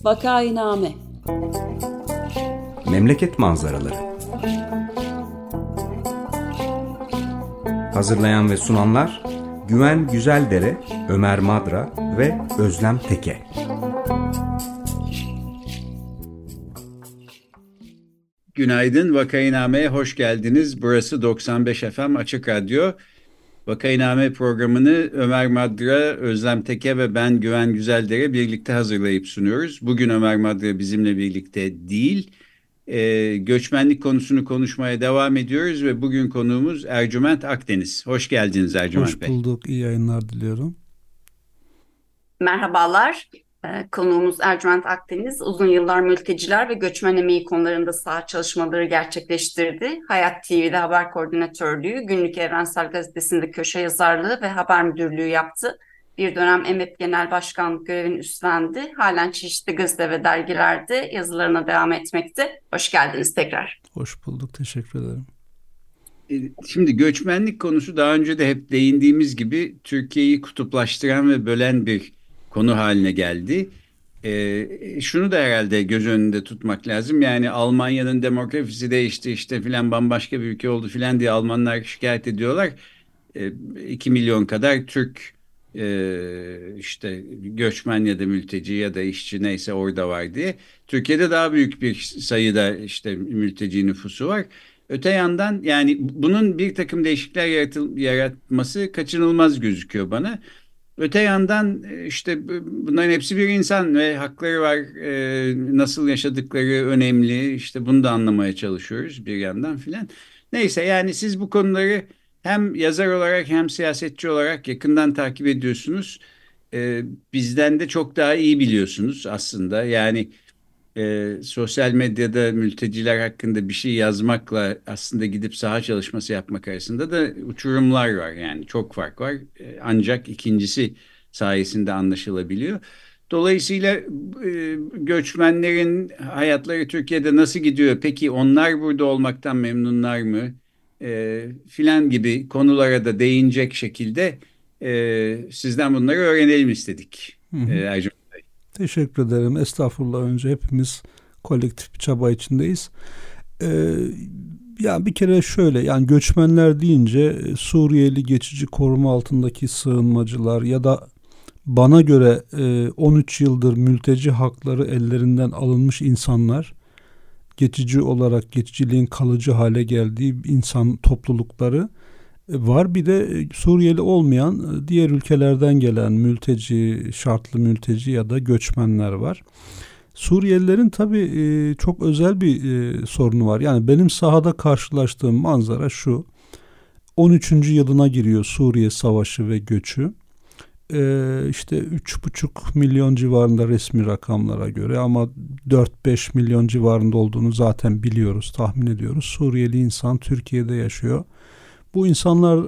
Vakainame. Memleket manzaraları. Hazırlayan ve sunanlar Güven Güzeldere, Ömer Madra ve Özlem Teke. Günaydın, Vakainame'ye hoş geldiniz. Burası 95 FM Açık Radyo. Vakainame programını Ömer Madra, Özlem Teke ve ben Güven Güzeldere birlikte hazırlayıp sunuyoruz. Bugün Ömer Madra bizimle birlikte değil. Göçmenlik konusunu konuşmaya devam ediyoruz ve bugün konuğumuz Ercüment Akdeniz. Hoş geldiniz Ercüment Bey. Hoş bulduk, iyi yayınlar diliyorum. Merhabalar. Konuğumuz Ercüment Akdeniz, uzun yıllar mülteciler ve göçmen emeği konularında saha çalışmaları gerçekleştirdi. Hayat TV'de haber koordinatörlüğü, Günlük Evrensel Gazetesi'nde köşe yazarlığı ve haber müdürlüğü yaptı. Bir dönem EMEP Genel Başkanlık görevini üstlendi. Halen çeşitli gazete ve dergilerde yazılarına devam etmekte. Hoş geldiniz tekrar. Hoş bulduk, teşekkür ederim. Şimdi göçmenlik konusu daha önce de hep değindiğimiz gibi Türkiye'yi kutuplaştıran ve bölen bir konu haline geldi. Şunu da herhalde göz önünde tutmak lazım. Yani Almanya'nın demografisi değişti işte filan bambaşka bir ülke oldu filan diye Almanlar şikayet ediyorlar. 2 milyon kadar Türk işte göçmen ya da mülteci ya da işçi neyse orada var diye. Türkiye'de daha büyük bir sayıda işte mülteci nüfusu var. Öte yandan yani bunun bir takım değişiklikler yaratması kaçınılmaz gözüküyor bana. Öte yandan işte bunların hepsi bir insan ve hakları var. Nasıl yaşadıkları önemli. İşte bunu da anlamaya çalışıyoruz bir yandan filan. Neyse yani siz bu konuları hem yazar olarak hem siyasetçi olarak yakından takip ediyorsunuz. Bizden de çok daha iyi biliyorsunuz aslında. Yani sosyal medyada mülteciler hakkında bir şey yazmakla aslında gidip saha çalışması yapmak arasında da uçurumlar var. Yani çok fark var. Ancak ikincisi sayesinde anlaşılabiliyor. Dolayısıyla göçmenlerin hayatları Türkiye'de nasıl gidiyor? Peki onlar burada olmaktan memnunlar mı? Filan gibi konulara da değinecek şekilde sizden bunları öğrenelim istedik. Ercüment. Teşekkür ederim. Estağfurullah, önce hepimiz kolektif bir çaba içindeyiz. Yani bir kere şöyle, yani göçmenler deyince Suriyeli geçici koruma altındaki sığınmacılar ya da bana göre 13 yıldır mülteci hakları ellerinden alınmış insanlar, geçici olarak geçiciliğin kalıcı hale geldiği insan toplulukları var. Bir de Suriyeli olmayan diğer ülkelerden gelen mülteci, şartlı mülteci ya da göçmenler var. Suriyelilerin tabii çok özel bir sorunu var. Yani benim sahada karşılaştığım manzara şu: 13. yılına giriyor Suriye Savaşı ve göçü. İşte 3,5 milyon civarında resmi rakamlara göre, ama 4-5 milyon civarında olduğunu zaten biliyoruz, tahmin ediyoruz. Suriyeli insan Türkiye'de yaşıyor. Bu insanlar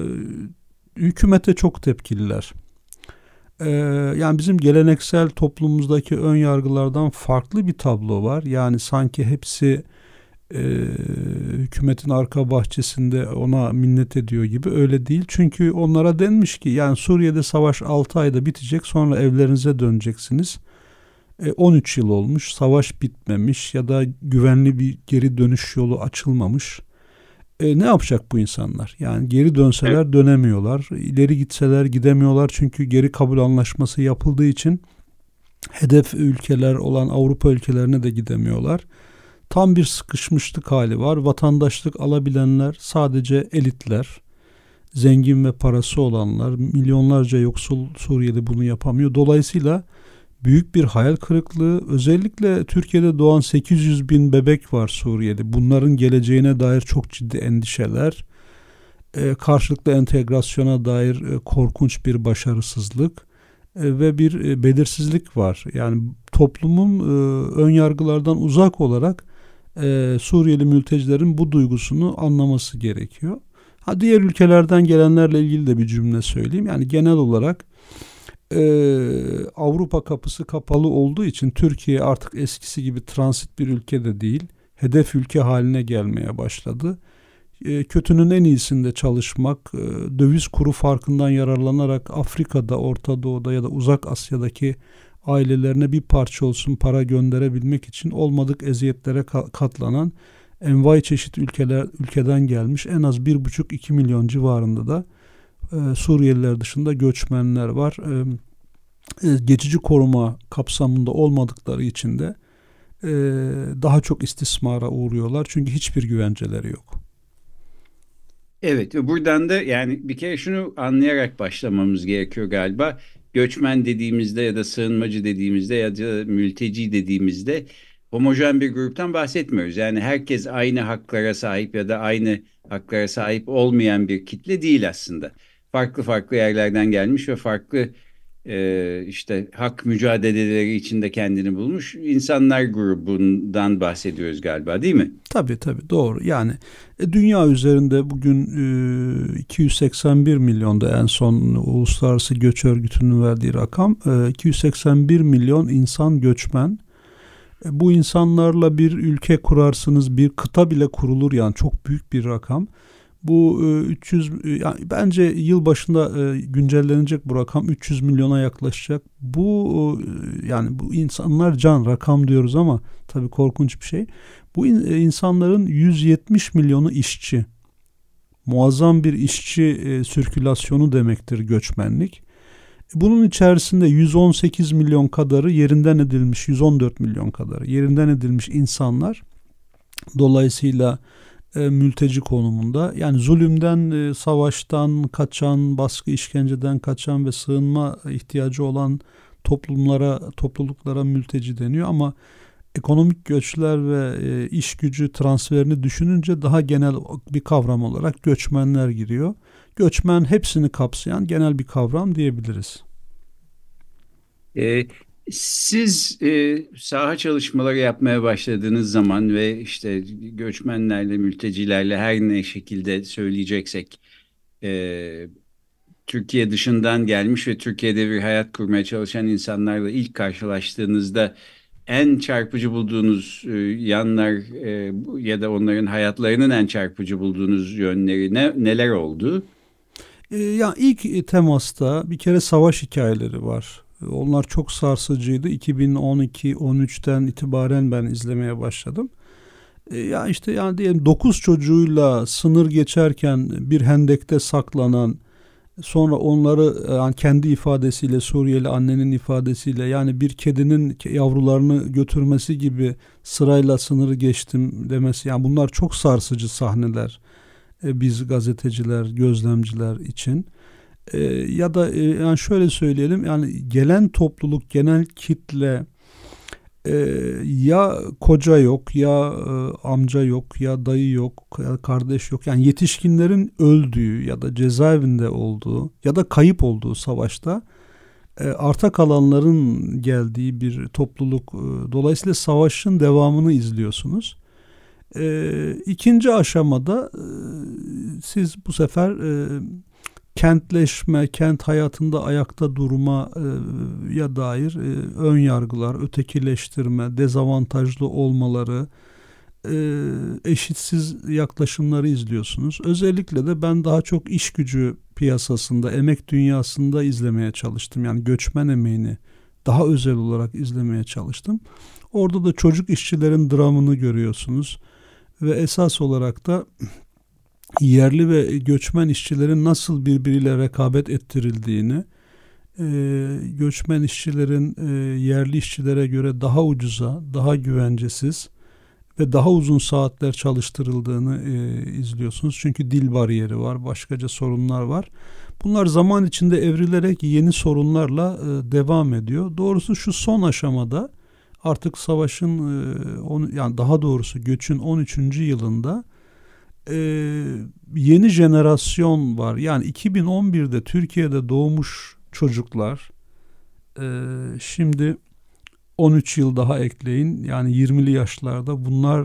hükümete çok tepkililer. Yani bizim geleneksel toplumumuzdaki ön yargılardan farklı bir tablo var. Yani sanki hepsi hükümetin arka bahçesinde ona minnet ediyor gibi. Öyle değil. Çünkü onlara denmiş ki yani Suriye'de savaş 6 ayda bitecek, sonra evlerinize döneceksiniz. 13 yıl olmuş, savaş bitmemiş ya da güvenli bir geri dönüş yolu açılmamış. Ne yapacak bu insanlar? Yani geri dönseler dönemiyorlar. İleri gitseler gidemiyorlar. Çünkü geri kabul anlaşması yapıldığı için hedef ülkeler olan Avrupa ülkelerine de gidemiyorlar. Tam bir sıkışmışlık hali var. Vatandaşlık alabilenler sadece elitler, zengin ve parası olanlar, milyonlarca yoksul Suriyeli bunu yapamıyor. Dolayısıyla büyük bir hayal kırıklığı. Özellikle Türkiye'de doğan 800 bin bebek var Suriyeli. Bunların geleceğine dair çok ciddi endişeler. Karşılıklı entegrasyona dair korkunç bir başarısızlık ve bir belirsizlik var. Yani toplumun ön yargılardan uzak olarak Suriyeli mültecilerin bu duygusunu anlaması gerekiyor. Diğer ülkelerden gelenlerle ilgili de bir cümle söyleyeyim. Yani genel olarak Avrupa kapısı kapalı olduğu için Türkiye artık eskisi gibi transit bir ülke de değil, hedef ülke haline gelmeye başladı. Kötünün en iyisinde çalışmak, döviz kuru farkından yararlanarak Afrika'da, Orta Doğu'da ya da Uzak Asya'daki ailelerine bir parça olsun para gönderebilmek için olmadık eziyetlere katlanan envai çeşit ülkeden gelmiş en az 1,5-2 milyon civarında da Suriyeliler dışında göçmenler var. Geçici koruma kapsamında olmadıkları için de daha çok istismara uğruyorlar. Çünkü hiçbir güvenceleri yok. Evet ve buradan da yani bir kere şunu anlayarak başlamamız gerekiyor galiba. Göçmen dediğimizde ya da sığınmacı dediğimizde ya da mülteci dediğimizde homojen bir gruptan bahsetmiyoruz. Yani herkes aynı haklara sahip ya da aynı haklara sahip olmayan bir kitle değil aslında. Farklı farklı yerlerden gelmiş ve farklı işte hak mücadeleleri içinde kendini bulmuş insanlar grubundan bahsediyoruz galiba, değil mi? Tabii doğru. Yani dünya üzerinde bugün 281 milyonda en son Uluslararası Göç Örgütü'nün verdiği rakam 281 milyon insan göçmen. Bu insanlarla bir ülke kurarsınız, bir kıta bile kurulur yani çok büyük bir rakam. Bu 300 yani bence yıl başında güncellenecek bu rakam 300 milyona yaklaşacak. Bu yani bu insanlar can rakam diyoruz ama tabii korkunç bir şey. Bu insanların 170 milyonu işçi. Muazzam bir işçi sirkülasyonu demektir göçmenlik. Bunun içerisinde 118 milyon kadarı yerinden edilmiş, 114 milyon kadarı yerinden edilmiş insanlar. Dolayısıyla mülteci konumunda yani zulümden, savaştan kaçan, baskı işkenceden kaçan ve sığınma ihtiyacı olan topluluklara mülteci deniyor ama ekonomik göçler ve iş gücü transferini düşününce daha genel bir kavram olarak göçmenler giriyor. Göçmen hepsini kapsayan genel bir kavram diyebiliriz. Siz saha çalışmaları yapmaya başladığınız zaman ve işte göçmenlerle, mültecilerle her ne şekilde söyleyeceksek Türkiye dışından gelmiş ve Türkiye'de bir hayat kurmaya çalışan insanlarla ilk karşılaştığınızda en çarpıcı bulduğunuz yanlar ya da onların hayatlarının en çarpıcı bulduğunuz yönleri neler oldu? Ya ilk temasta bir kere savaş hikayeleri var. Onlar çok sarsıcıydı. 2012-13'ten itibaren ben izlemeye başladım. Ya işte yani diyelim 9 çocuğuyla sınır geçerken bir hendekte saklanan, sonra onları yani kendi ifadesiyle Suriyeli annenin ifadesiyle yani bir kedinin yavrularını götürmesi gibi sırayla sınırı geçtim demesi, yani bunlar çok sarsıcı sahneler biz gazeteciler, gözlemciler için. Ya da yani şöyle söyleyelim, yani gelen topluluk, genel kitle ya koca yok, ya amca yok, ya dayı yok, ya kardeş yok. Yani yetişkinlerin öldüğü ya da cezaevinde olduğu ya da kayıp olduğu savaşta arta kalanların geldiği bir topluluk. Dolayısıyla savaşın devamını izliyorsunuz. İkinci aşamada siz bu sefer kentleşme, kent hayatında ayakta durmaya dair ön yargılar, ötekileştirme, dezavantajlı olmaları, eşitsiz yaklaşımları izliyorsunuz. Özellikle de ben daha çok iş gücü piyasasında, emek dünyasında izlemeye çalıştım. Yani göçmen emeğini daha özel olarak izlemeye çalıştım. Orada da çocuk işçilerin dramını görüyorsunuz. Ve esas olarak da yerli ve göçmen işçilerin nasıl birbiriyle rekabet ettirildiğini, göçmen işçilerin yerli işçilere göre daha ucuza, daha güvencesiz ve daha uzun saatler çalıştırıldığını izliyorsunuz. Çünkü dil bariyeri var, başkaca sorunlar var. Bunlar zaman içinde evrilerek yeni sorunlarla devam ediyor. Doğrusu şu son aşamada artık savaşın, yani daha doğrusu göçün 13. yılında yeni jenerasyon var. Yani 2011'de Türkiye'de doğmuş çocuklar şimdi 13 yıl daha ekleyin. Yani 20'li yaşlarda bunlar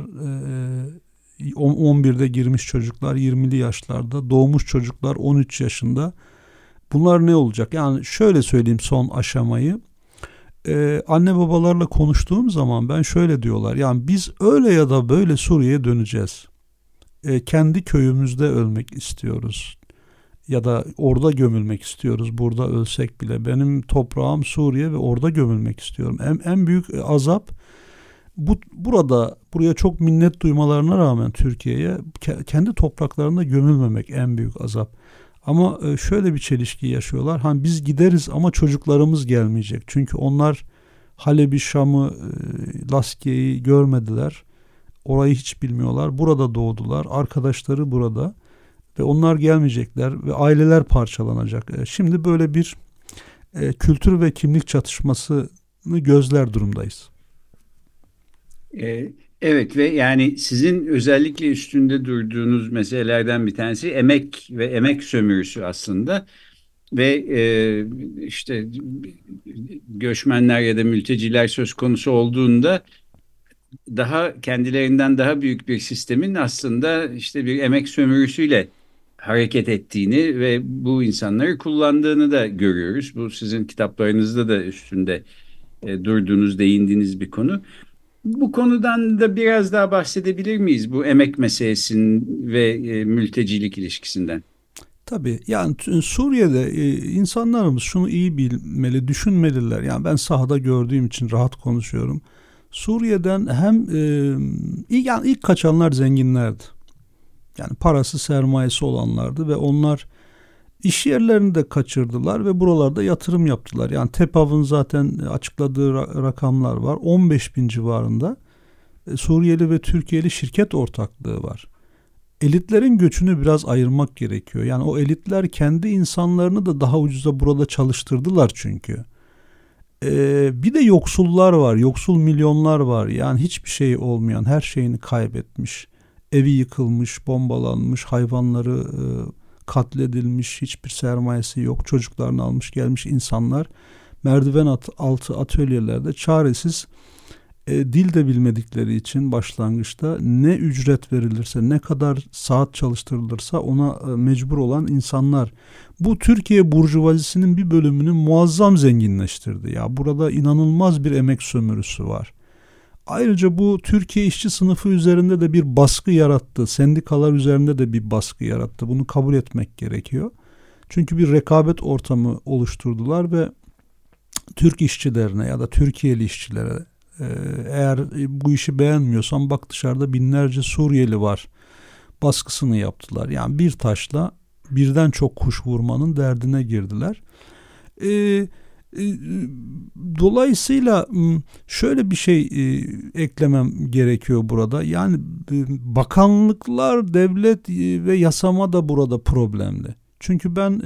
11'de girmiş çocuklar 20'li yaşlarda, doğmuş çocuklar 13 yaşında. Bunlar ne olacak? Yani şöyle söyleyeyim son aşamayı. Anne babalarla konuştuğum zaman ben şöyle diyorlar. Yani biz öyle ya da böyle Suriye'ye döneceğiz. Kendi köyümüzde ölmek istiyoruz. Ya da orada gömülmek istiyoruz, burada ölsek bile. Benim toprağım Suriye ve orada gömülmek istiyorum. En büyük azap buraya çok minnet duymalarına rağmen Türkiye'ye kendi topraklarında gömülmemek en büyük azap. Ama şöyle bir çelişki yaşıyorlar. Hani biz gideriz ama çocuklarımız gelmeyecek. Çünkü onlar Halep'i, Şam'ı, Laskiye'yi görmediler. Orayı hiç bilmiyorlar. Burada doğdular. Arkadaşları burada. Ve onlar gelmeyecekler ve aileler parçalanacak. Şimdi böyle bir kültür ve kimlik çatışmasını gözler durumdayız. Evet ve yani sizin özellikle üstünde durduğunuz meselelerden bir tanesi emek ve emek sömürüsü aslında. Ve işte göçmenler ya da mülteciler söz konusu olduğunda kendilerinden daha büyük bir sistemin aslında işte bir emek sömürüsüyle hareket ettiğini ve bu insanları kullandığını da görüyoruz. Bu sizin kitaplarınızda da üstünde durduğunuz, değindiğiniz bir konu. Bu konudan da biraz daha bahsedebilir miyiz? Bu emek meselesinin ve mültecilik ilişkisinden. Tabii yani Suriye'de insanlarımız şunu iyi bilmeli, düşünmeliler. Yani ben sahada gördüğüm için rahat konuşuyorum. Suriye'den yani ilk kaçanlar zenginlerdi. Yani parası, sermayesi olanlardı ve onlar iş yerlerini de kaçırdılar ve buralarda yatırım yaptılar. Yani TEPAV'ın zaten açıkladığı rakamlar var. 15.000 civarında Suriyeli ve Türkiye'li şirket ortaklığı var. Elitlerin göçünü biraz ayırmak gerekiyor. Yani o elitler kendi insanlarını da daha ucuza burada çalıştırdılar çünkü. Bir de yoksullar var, yoksul milyonlar var. Yani hiçbir şey olmayan, her şeyini kaybetmiş, evi yıkılmış, bombalanmış, hayvanları katledilmiş, hiçbir sermayesi yok, çocuklarını almış gelmiş insanlar merdiven altı atölyelerde çaresiz, dil de bilmedikleri için başlangıçta ne ücret verilirse, ne kadar saat çalıştırılırsa ona mecbur olan insanlar. Bu Türkiye burjuvazisinin bir bölümünü muazzam zenginleştirdi. Ya burada inanılmaz bir emek sömürüsü var. Ayrıca bu Türkiye işçi sınıfı üzerinde de bir baskı yarattı. Sendikalar üzerinde de bir baskı yarattı. Bunu kabul etmek gerekiyor. Çünkü bir rekabet ortamı oluşturdular ve Türk işçilerine ya da Türkiye'li işçilere eğer bu işi beğenmiyorsan bak dışarıda binlerce Suriyeli var baskısını yaptılar. Yani bir taşla birden çok kuş vurmanın derdine girdiler. Dolayısıyla şöyle bir şey eklemem gerekiyor burada. Yani bakanlıklar, devlet ve yasama da burada problemli. Çünkü ben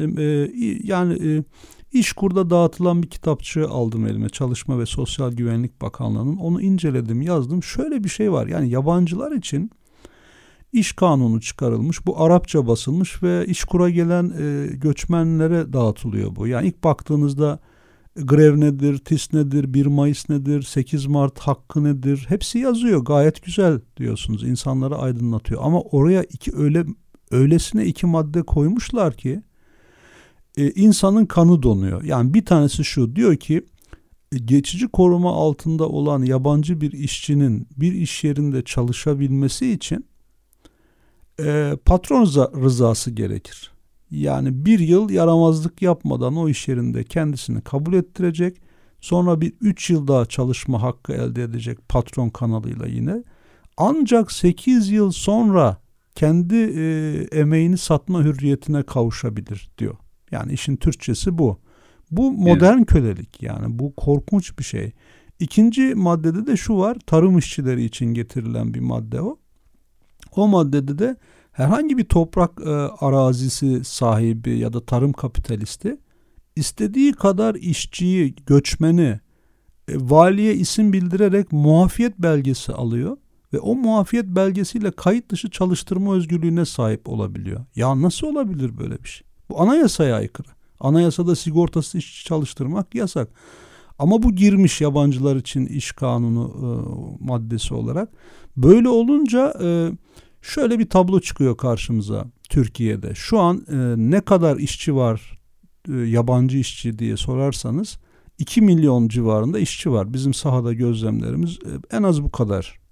İşkur'da dağıtılan bir kitapçığı aldım elime. Çalışma ve Sosyal Güvenlik Bakanlığı'nın. Onu inceledim, yazdım. Şöyle bir şey var. Yani yabancılar için iş kanunu çıkarılmış. Bu Arapça basılmış ve İşkur'a gelen göçmenlere dağıtılıyor bu. Yani ilk baktığınızda grev nedir, TİS nedir, 1 Mayıs nedir, 8 Mart hakkı nedir? Hepsi yazıyor. Gayet güzel diyorsunuz. İnsanları aydınlatıyor. Ama oraya öylesine 2 madde koymuşlar ki insanın kanı donuyor. Yani bir tanesi şu, diyor ki geçici koruma altında olan yabancı bir işçinin bir iş yerinde çalışabilmesi için patron rızası gerekir. Yani 1 yıl yaramazlık yapmadan o iş yerinde kendisini kabul ettirecek. Sonra bir 3 yıl daha çalışma hakkı elde edecek patron kanalıyla yine. Ancak 8 yıl sonra kendi emeğini satma hürriyetine kavuşabilir diyor. Yani işin Türkçesi bu. Bu modern kölelik, yani bu korkunç bir şey. İkinci maddede de şu var, tarım işçileri için getirilen bir madde o. O maddede de herhangi bir toprak arazisi sahibi ya da tarım kapitalisti istediği kadar işçiyi, göçmeni valiye isim bildirerek muafiyet belgesi alıyor ve o muafiyet belgesiyle kayıt dışı çalıştırma özgürlüğüne sahip olabiliyor. Ya nasıl olabilir böyle bir şey? Bu anayasaya aykırı. Anayasada sigortasız işçi çalıştırmak yasak. Ama bu girmiş yabancılar için iş kanunu maddesi olarak. Böyle olunca şöyle bir tablo çıkıyor karşımıza Türkiye'de. Şu an ne kadar işçi var, yabancı işçi diye sorarsanız 2 milyon civarında işçi var. Bizim sahada gözlemlerimiz en az bu kadar.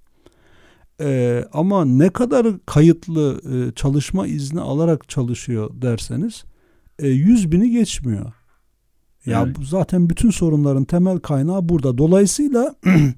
Ama ne kadar kayıtlı çalışma izni alarak çalışıyor derseniz 100 bini geçmiyor. Ya Evet. zaten bütün sorunların temel kaynağı burada. Dolayısıyla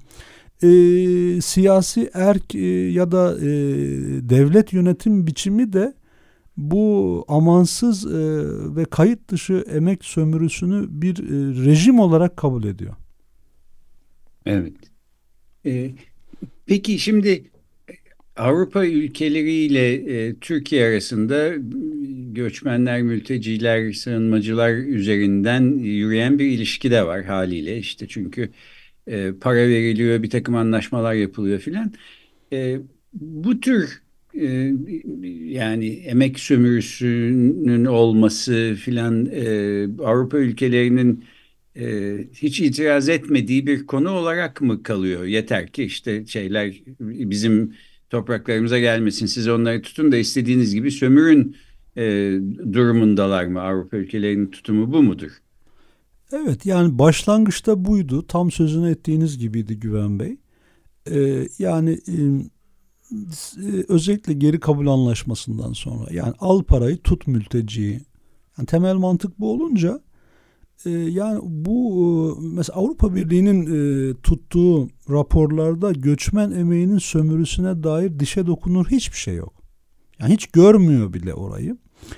siyasi erk ya da devlet yönetim biçimi de bu amansız ve kayıt dışı emek sömürüsünü bir rejim olarak kabul ediyor. Evet. E, peki şimdi Avrupa ülkeleriyle Türkiye arasında göçmenler, mülteciler, sığınmacılar üzerinden yürüyen bir ilişki de var haliyle. İşte çünkü para veriliyor, bir takım anlaşmalar yapılıyor filan. Bu tür yani emek sömürüsünün olması filan Avrupa ülkelerinin hiç itiraz etmediği bir konu olarak mı kalıyor? Yeter ki işte şeyler bizim topraklarımıza gelmesin. Siz onları tutun da istediğiniz gibi sömürün durumundalar mı? Avrupa ülkelerinin tutumu bu mudur? Evet, yani başlangıçta buydu. Tam sözünü ettiğiniz gibiydi Güven Bey. Yani özellikle geri kabul anlaşmasından sonra, yani al parayı tut mülteciyi. Yani temel mantık bu olunca yani bu mesela Avrupa Birliği'nin tuttuğu raporlarda göçmen emeğinin sömürüsüne dair dişe dokunur hiçbir şey yok. Yani hiç görmüyor bile orayı.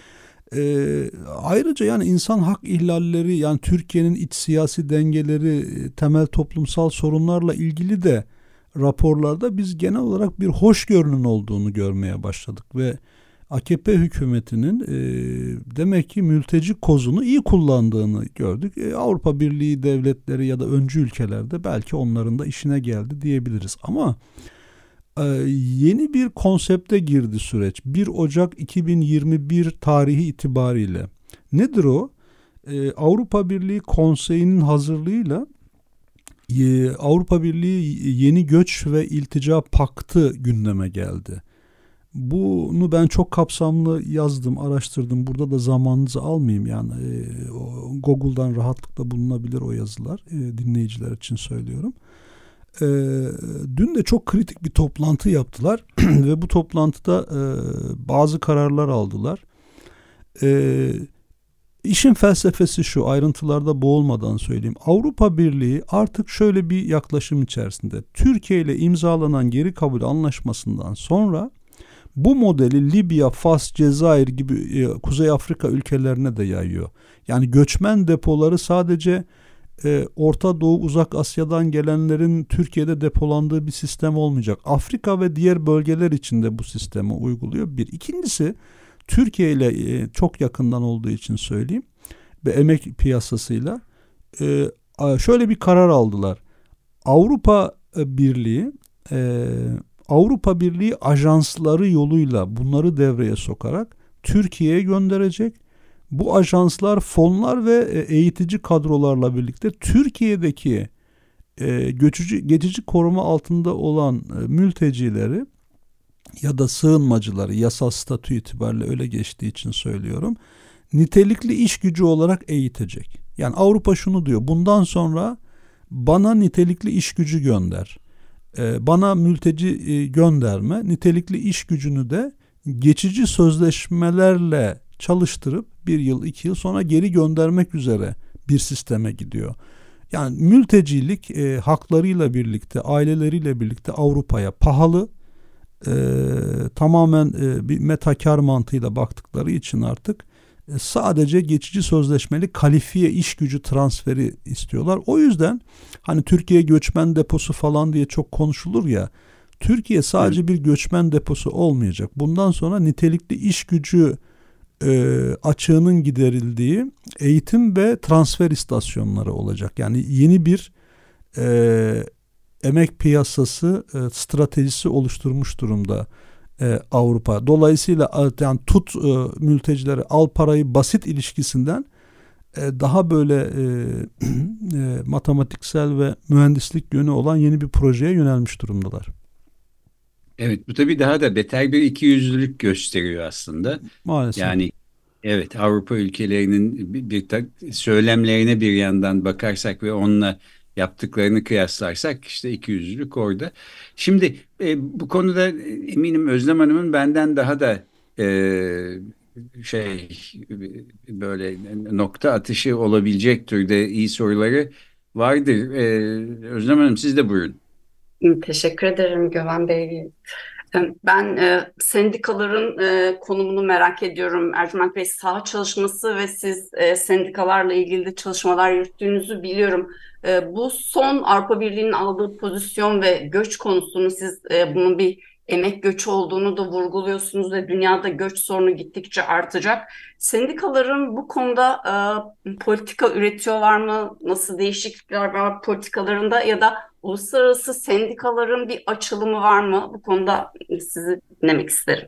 Ayrıca yani insan hak ihlalleri, yani Türkiye'nin iç siyasi dengeleri, temel toplumsal sorunlarla ilgili de raporlarda biz genel olarak bir hoşgörünün olduğunu görmeye başladık ve AKP hükümetinin demek ki mülteci kozunu iyi kullandığını gördük. Avrupa Birliği devletleri ya da öncü ülkelerde belki onların da işine geldi diyebiliriz. Ama yeni bir konsepte girdi süreç. 1 Ocak 2021 tarihi itibariyle. Nedir o? Avrupa Birliği Konseyi'nin hazırlığıyla Avrupa Birliği Yeni Göç ve İltica Paktı gündeme geldi. Bunu ben çok kapsamlı yazdım, araştırdım. Burada da zamanınızı almayayım, yani Google'dan rahatlıkla bulunabilir o yazılar. Dinleyiciler için söylüyorum. Dün de çok kritik bir toplantı yaptılar ve bu toplantıda bazı kararlar aldılar. İşin felsefesi şu, ayrıntılarda boğulmadan söyleyeyim. Avrupa Birliği artık şöyle bir yaklaşım içerisinde. Türkiye ile imzalanan geri kabul anlaşmasından sonra bu modeli Libya, Fas, Cezayir gibi Kuzey Afrika ülkelerine de yayıyor. Yani göçmen depoları sadece Orta Doğu, Uzak Asya'dan gelenlerin Türkiye'de depolandığı bir sistem olmayacak. Afrika ve diğer bölgeler için de bu sistemi uyguluyor. Bir. İkincisi, Türkiye ile çok yakından olduğu için söyleyeyim ve emek piyasasıyla şöyle bir karar aldılar. Avrupa Birliği ajansları yoluyla bunları devreye sokarak Türkiye'ye gönderecek. Bu ajanslar, fonlar ve eğitici kadrolarla birlikte Türkiye'deki geçici koruma altında olan mültecileri ya da sığınmacıları, yasal statü itibariyle öyle geçtiği için söylüyorum, nitelikli iş gücü olarak eğitecek. Yani Avrupa şunu diyor: bundan sonra bana nitelikli iş gücü gönder. Bana mülteci gönderme. Nitelikli iş gücünü de geçici sözleşmelerle çalıştırıp 1 yıl 2 yıl sonra geri göndermek üzere bir sisteme gidiyor. Yani mültecilik haklarıyla birlikte, aileleriyle birlikte Avrupa'ya pahalı, tamamen bir metakar mantığıyla baktıkları için artık sadece geçici sözleşmeli kalifiye iş gücü transferi istiyorlar. O yüzden hani Türkiye göçmen deposu falan diye çok konuşulur ya, Türkiye sadece bir göçmen deposu olmayacak. Bundan sonra nitelikli iş gücü açığının giderildiği eğitim ve transfer istasyonları olacak. Yani yeni bir emek piyasası stratejisi oluşturmuş durumda Avrupa. Dolayısıyla yani mültecileri al parayı basit ilişkisinden daha böyle matematiksel ve mühendislik yönü olan yeni bir projeye yönelmiş durumdalar. Evet, bu tabii daha da beter bir ikiyüzlülük gösteriyor aslında. Maalesef. Yani evet, Avrupa ülkelerinin söylemlerine bir yandan bakarsak ve onunla yaptıklarını kıyaslarsak işte ikiyüzlülük orada. Şimdi bu konuda eminim Özlem Hanım'ın benden daha da böyle nokta atışı olabilecek türde iyi soruları vardır. Özlem Hanım, siz de buyurun. Teşekkür ederim Güven Bey. Ben sendikaların konumunu merak ediyorum. Ercüment Bey, saha çalışması ve siz sendikalarla ilgili de çalışmalar yürüttüğünüzü biliyorum. Bu son Avrupa Birliği'nin aldığı pozisyon ve göç konusunu siz bunun bir emek göçü olduğunu da vurguluyorsunuz ve dünyada göç sorunu gittikçe artacak. Sendikaların bu konuda politika üretiyorlar mı? Nasıl değişiklikler var politikalarında ya da uluslararası sendikaların bir açılımı var mı? Bu konuda sizi dinlemek isterim.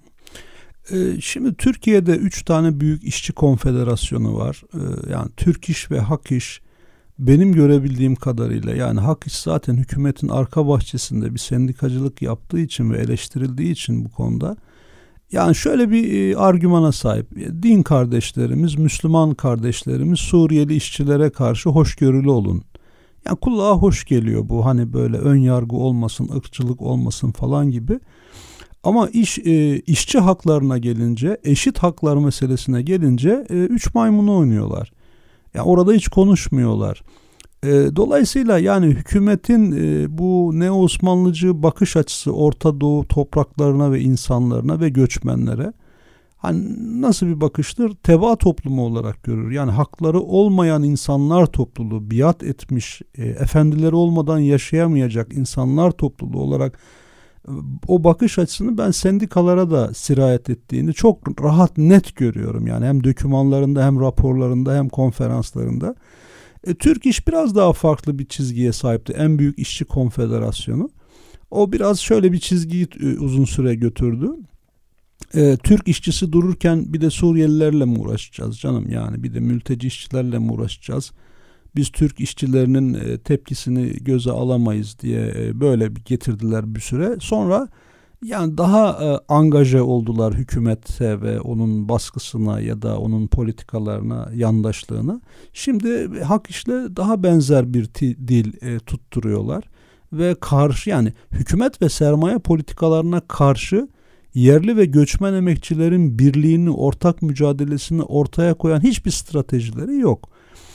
Şimdi Türkiye'de 3 tane büyük işçi konfederasyonu var. Yani Türk İş ve Hak İş, benim görebildiğim kadarıyla, yani Hak İş zaten hükümetin arka bahçesinde bir sendikacılık yaptığı için ve eleştirildiği için bu konuda, yani şöyle bir argümana sahip. Din kardeşlerimiz, Müslüman kardeşlerimiz, Suriyeli işçilere karşı hoşgörülü olun. Yani kulağa hoş geliyor bu, hani böyle ön yargı olmasın, ırkçılık olmasın falan gibi. Ama işçi haklarına gelince, eşit haklar meselesine gelince üç maymunu oynuyorlar. Yani orada hiç konuşmuyorlar. Dolayısıyla yani hükümetin bu neo-Osmanlıcı bakış açısı Orta Doğu topraklarına ve insanlarına ve göçmenlere, hani nasıl bir bakıştır? Tebaa toplumu olarak görür. Yani hakları olmayan insanlar topluluğu, biat etmiş, efendileri olmadan yaşayamayacak insanlar topluluğu olarak o bakış açısını ben sendikalara da sirayet ettiğini çok rahat, net görüyorum. Yani hem dokümanlarında, hem raporlarında, hem konferanslarında. Türk İş biraz daha farklı bir çizgiye sahipti. En büyük işçi konfederasyonu. O biraz şöyle bir çizgiyi uzun süre götürdü. Türk işçisi dururken bir de Suriyelilerle mi uğraşacağız canım, yani bir de mülteci işçilerle mi uğraşacağız? Biz Türk işçilerinin tepkisini göze alamayız diye böyle bir getirdiler bir süre. Sonra yani daha angaje oldular hükümete ve onun baskısına ya da onun politikalarına, yandaşlığına. Şimdi Hak İş'le daha benzer bir dil tutturuyorlar ve karşı, yani hükümet ve sermaye politikalarına karşı yerli ve göçmen emekçilerin birliğini, ortak mücadelesini ortaya koyan hiçbir stratejileri yok.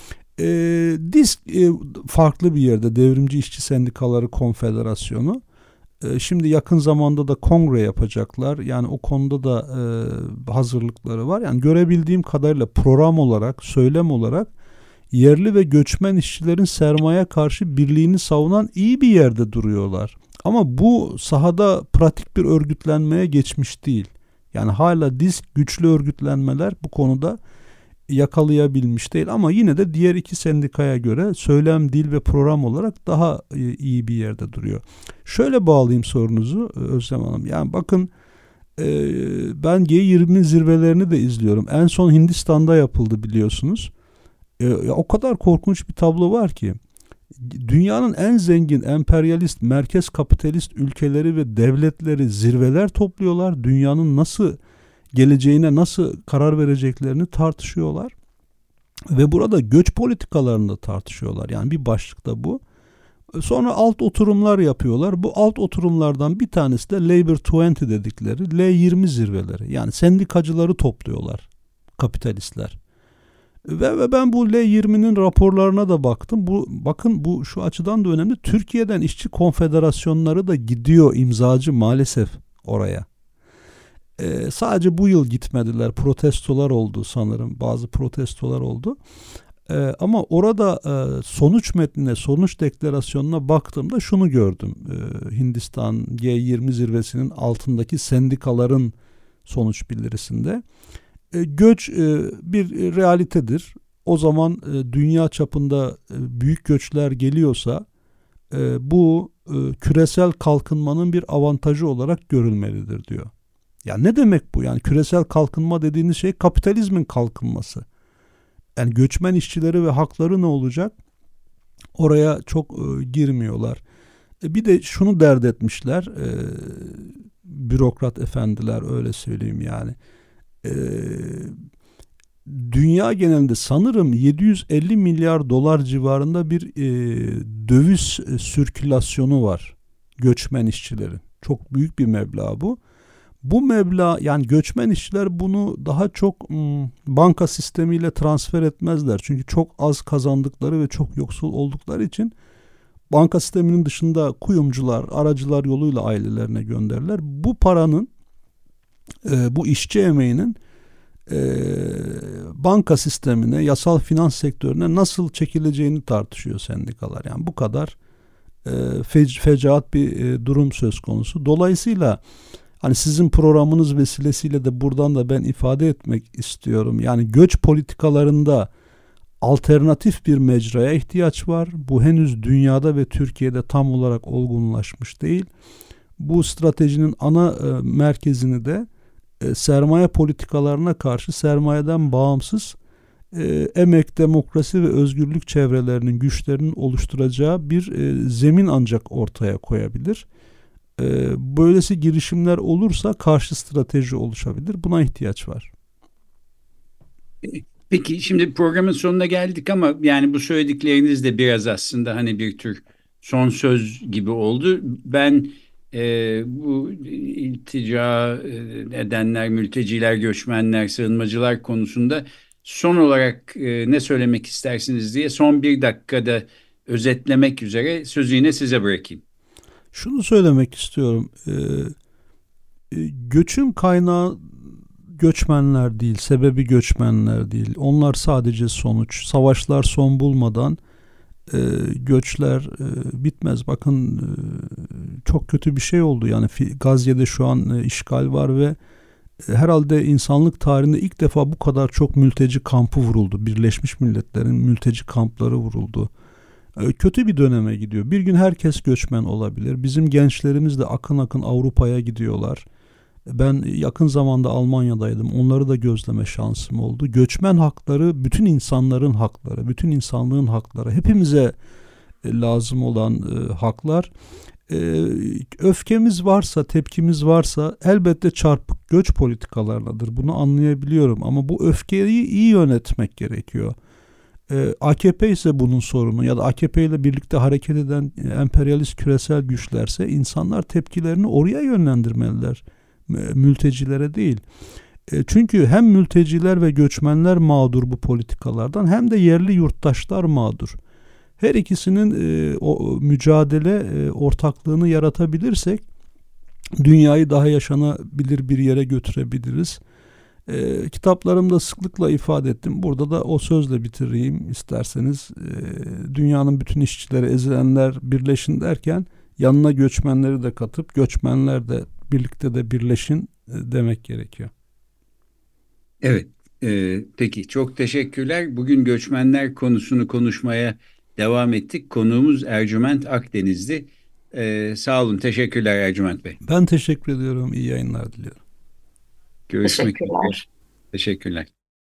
DİSK farklı bir yerde, Devrimci İşçi Sendikaları Konfederasyonu. Şimdi yakın zamanda da kongre yapacaklar. Yani o konuda da hazırlıkları var. Yani görebildiğim kadarıyla program olarak, söylem olarak yerli ve göçmen işçilerin sermaye karşı birliğini savunan iyi bir yerde duruyorlar. Ama bu sahada pratik bir örgütlenmeye geçmiş değil. Yani hala DİSK güçlü örgütlenmeler bu konuda yakalayabilmiş değil, ama yine de diğer iki sendikaya göre söylem, dil ve program olarak daha iyi bir yerde duruyor. Şöyle bağlayayım sorunuzu Özlem Hanım. Yani bakın, ben G20 zirvelerini de izliyorum. En son Hindistan'da yapıldı, biliyorsunuz. O kadar korkunç bir tablo var ki. Dünyanın en zengin emperyalist, merkez kapitalist ülkeleri ve devletleri zirveler topluyorlar. Dünyanın nasıl geleceğine nasıl karar vereceklerini tartışıyorlar. Ve burada göç politikalarını da tartışıyorlar. Yani bir başlıkta bu. Sonra alt oturumlar yapıyorlar. Bu alt oturumlardan bir tanesi de Labor 20 dedikleri L20 zirveleri. Yani sendikacıları topluyorlar kapitalistler. Ve ben bu L20'nin raporlarına da baktım. Bakın bu şu açıdan da önemli. Türkiye'den işçi konfederasyonları da gidiyor, imzacı maalesef oraya. Sadece bu yıl gitmediler. Protestolar oldu sanırım. Bazı protestolar oldu. Ama orada sonuç metnine, sonuç deklarasyonuna baktığımda şunu gördüm. Hindistan G20 zirvesinin altındaki sendikaların sonuç bildirisinde. Göç bir realitedir. O zaman dünya çapında büyük göçler geliyorsa bu küresel kalkınmanın bir avantajı olarak görülmelidir diyor. Ya ne demek bu? Yani küresel kalkınma dediğiniz şey kapitalizmin kalkınması. Yani göçmen işçileri ve hakları ne olacak? Oraya çok girmiyorlar. Bir de şunu dert etmişler. Bürokrat efendiler, öyle söyleyeyim yani. Dünya genelinde sanırım 750 milyar dolar civarında bir döviz sirkülasyonu var göçmen işçilerin. Çok büyük bir meblağ bu. Bu meblağ, yani göçmen işçiler bunu daha çok banka sistemiyle transfer etmezler. Çünkü çok az kazandıkları ve çok yoksul oldukları için banka sisteminin dışında kuyumcular, aracılar yoluyla ailelerine gönderirler. Bu paranın, bu işçi emeğinin banka sistemine, yasal finans sektörüne nasıl çekileceğini tartışıyor sendikalar. Yani bu kadar fecaat bir durum söz konusu. Dolayısıyla hani sizin programınız vesilesiyle de buradan da ben ifade etmek istiyorum. Yani göç politikalarında alternatif bir mecraya ihtiyaç var. Bu henüz dünyada ve Türkiye'de tam olarak olgunlaşmış değil. Bu stratejinin ana merkezini de sermaye politikalarına karşı sermayeden bağımsız emek, demokrasi ve özgürlük çevrelerinin güçlerinin oluşturacağı bir zemin ancak ortaya koyabilir. Böylesi girişimler olursa karşı strateji oluşabilir. Buna ihtiyaç var. Peki şimdi programın sonuna geldik ama yani bu söyledikleriniz de biraz aslında hani bir tür son söz gibi oldu. Ben bu iltica edenler, mülteciler, göçmenler, sığınmacılar konusunda son olarak ne söylemek istersiniz diye son bir dakikada özetlemek üzere sözü yine size bırakayım. Şunu söylemek istiyorum. Göçün kaynağı göçmenler değil, sebebi göçmenler değil. Onlar sadece sonuç. Savaşlar son bulmadan göçler bitmez. Bakın çok kötü bir şey oldu. Yani Gazze'de şu an işgal var ve herhalde insanlık tarihinde ilk defa bu kadar çok mülteci kampı vuruldu. Birleşmiş Milletler'in mülteci kampları vuruldu. Kötü bir döneme gidiyor. Bir gün herkes göçmen olabilir. Bizim gençlerimiz de akın akın Avrupa'ya gidiyorlar. Ben yakın zamanda Almanya'daydım. Onları da gözleme şansım oldu. Göçmen hakları bütün insanların hakları, bütün insanlığın hakları. Hepimize lazım olan haklar. Öfkemiz varsa, tepkimiz varsa elbette çarpık göç politikalarınadır. Bunu anlayabiliyorum ama bu öfkeyi iyi yönetmek gerekiyor. AKP ise bunun sorunu ya da AKP ile birlikte hareket eden emperyalist küresel güçlerse insanlar tepkilerini oraya yönlendirmeliler. Mültecilere değil. Çünkü hem mülteciler ve göçmenler mağdur bu politikalardan hem de yerli yurttaşlar mağdur. Her ikisinin o mücadele ortaklığını yaratabilirsek dünyayı daha yaşanabilir bir yere götürebiliriz. Kitaplarımda sıklıkla ifade ettim. Burada da o sözle bitireyim isterseniz. Dünyanın bütün işçileri, ezilenler birleşin derken yanına göçmenleri de katıp göçmenler de birlikte de birleşin demek gerekiyor. Evet, peki çok teşekkürler. Bugün göçmenler konusunu konuşmaya devam ettik. Konuğumuz Ercüment Akdeniz'di. Sağ olun, teşekkürler Ercüment Bey. Ben teşekkür ediyorum. İyi yayınlar diliyorum. Görüşmek üzere. Teşekkürler. Teşekkürler.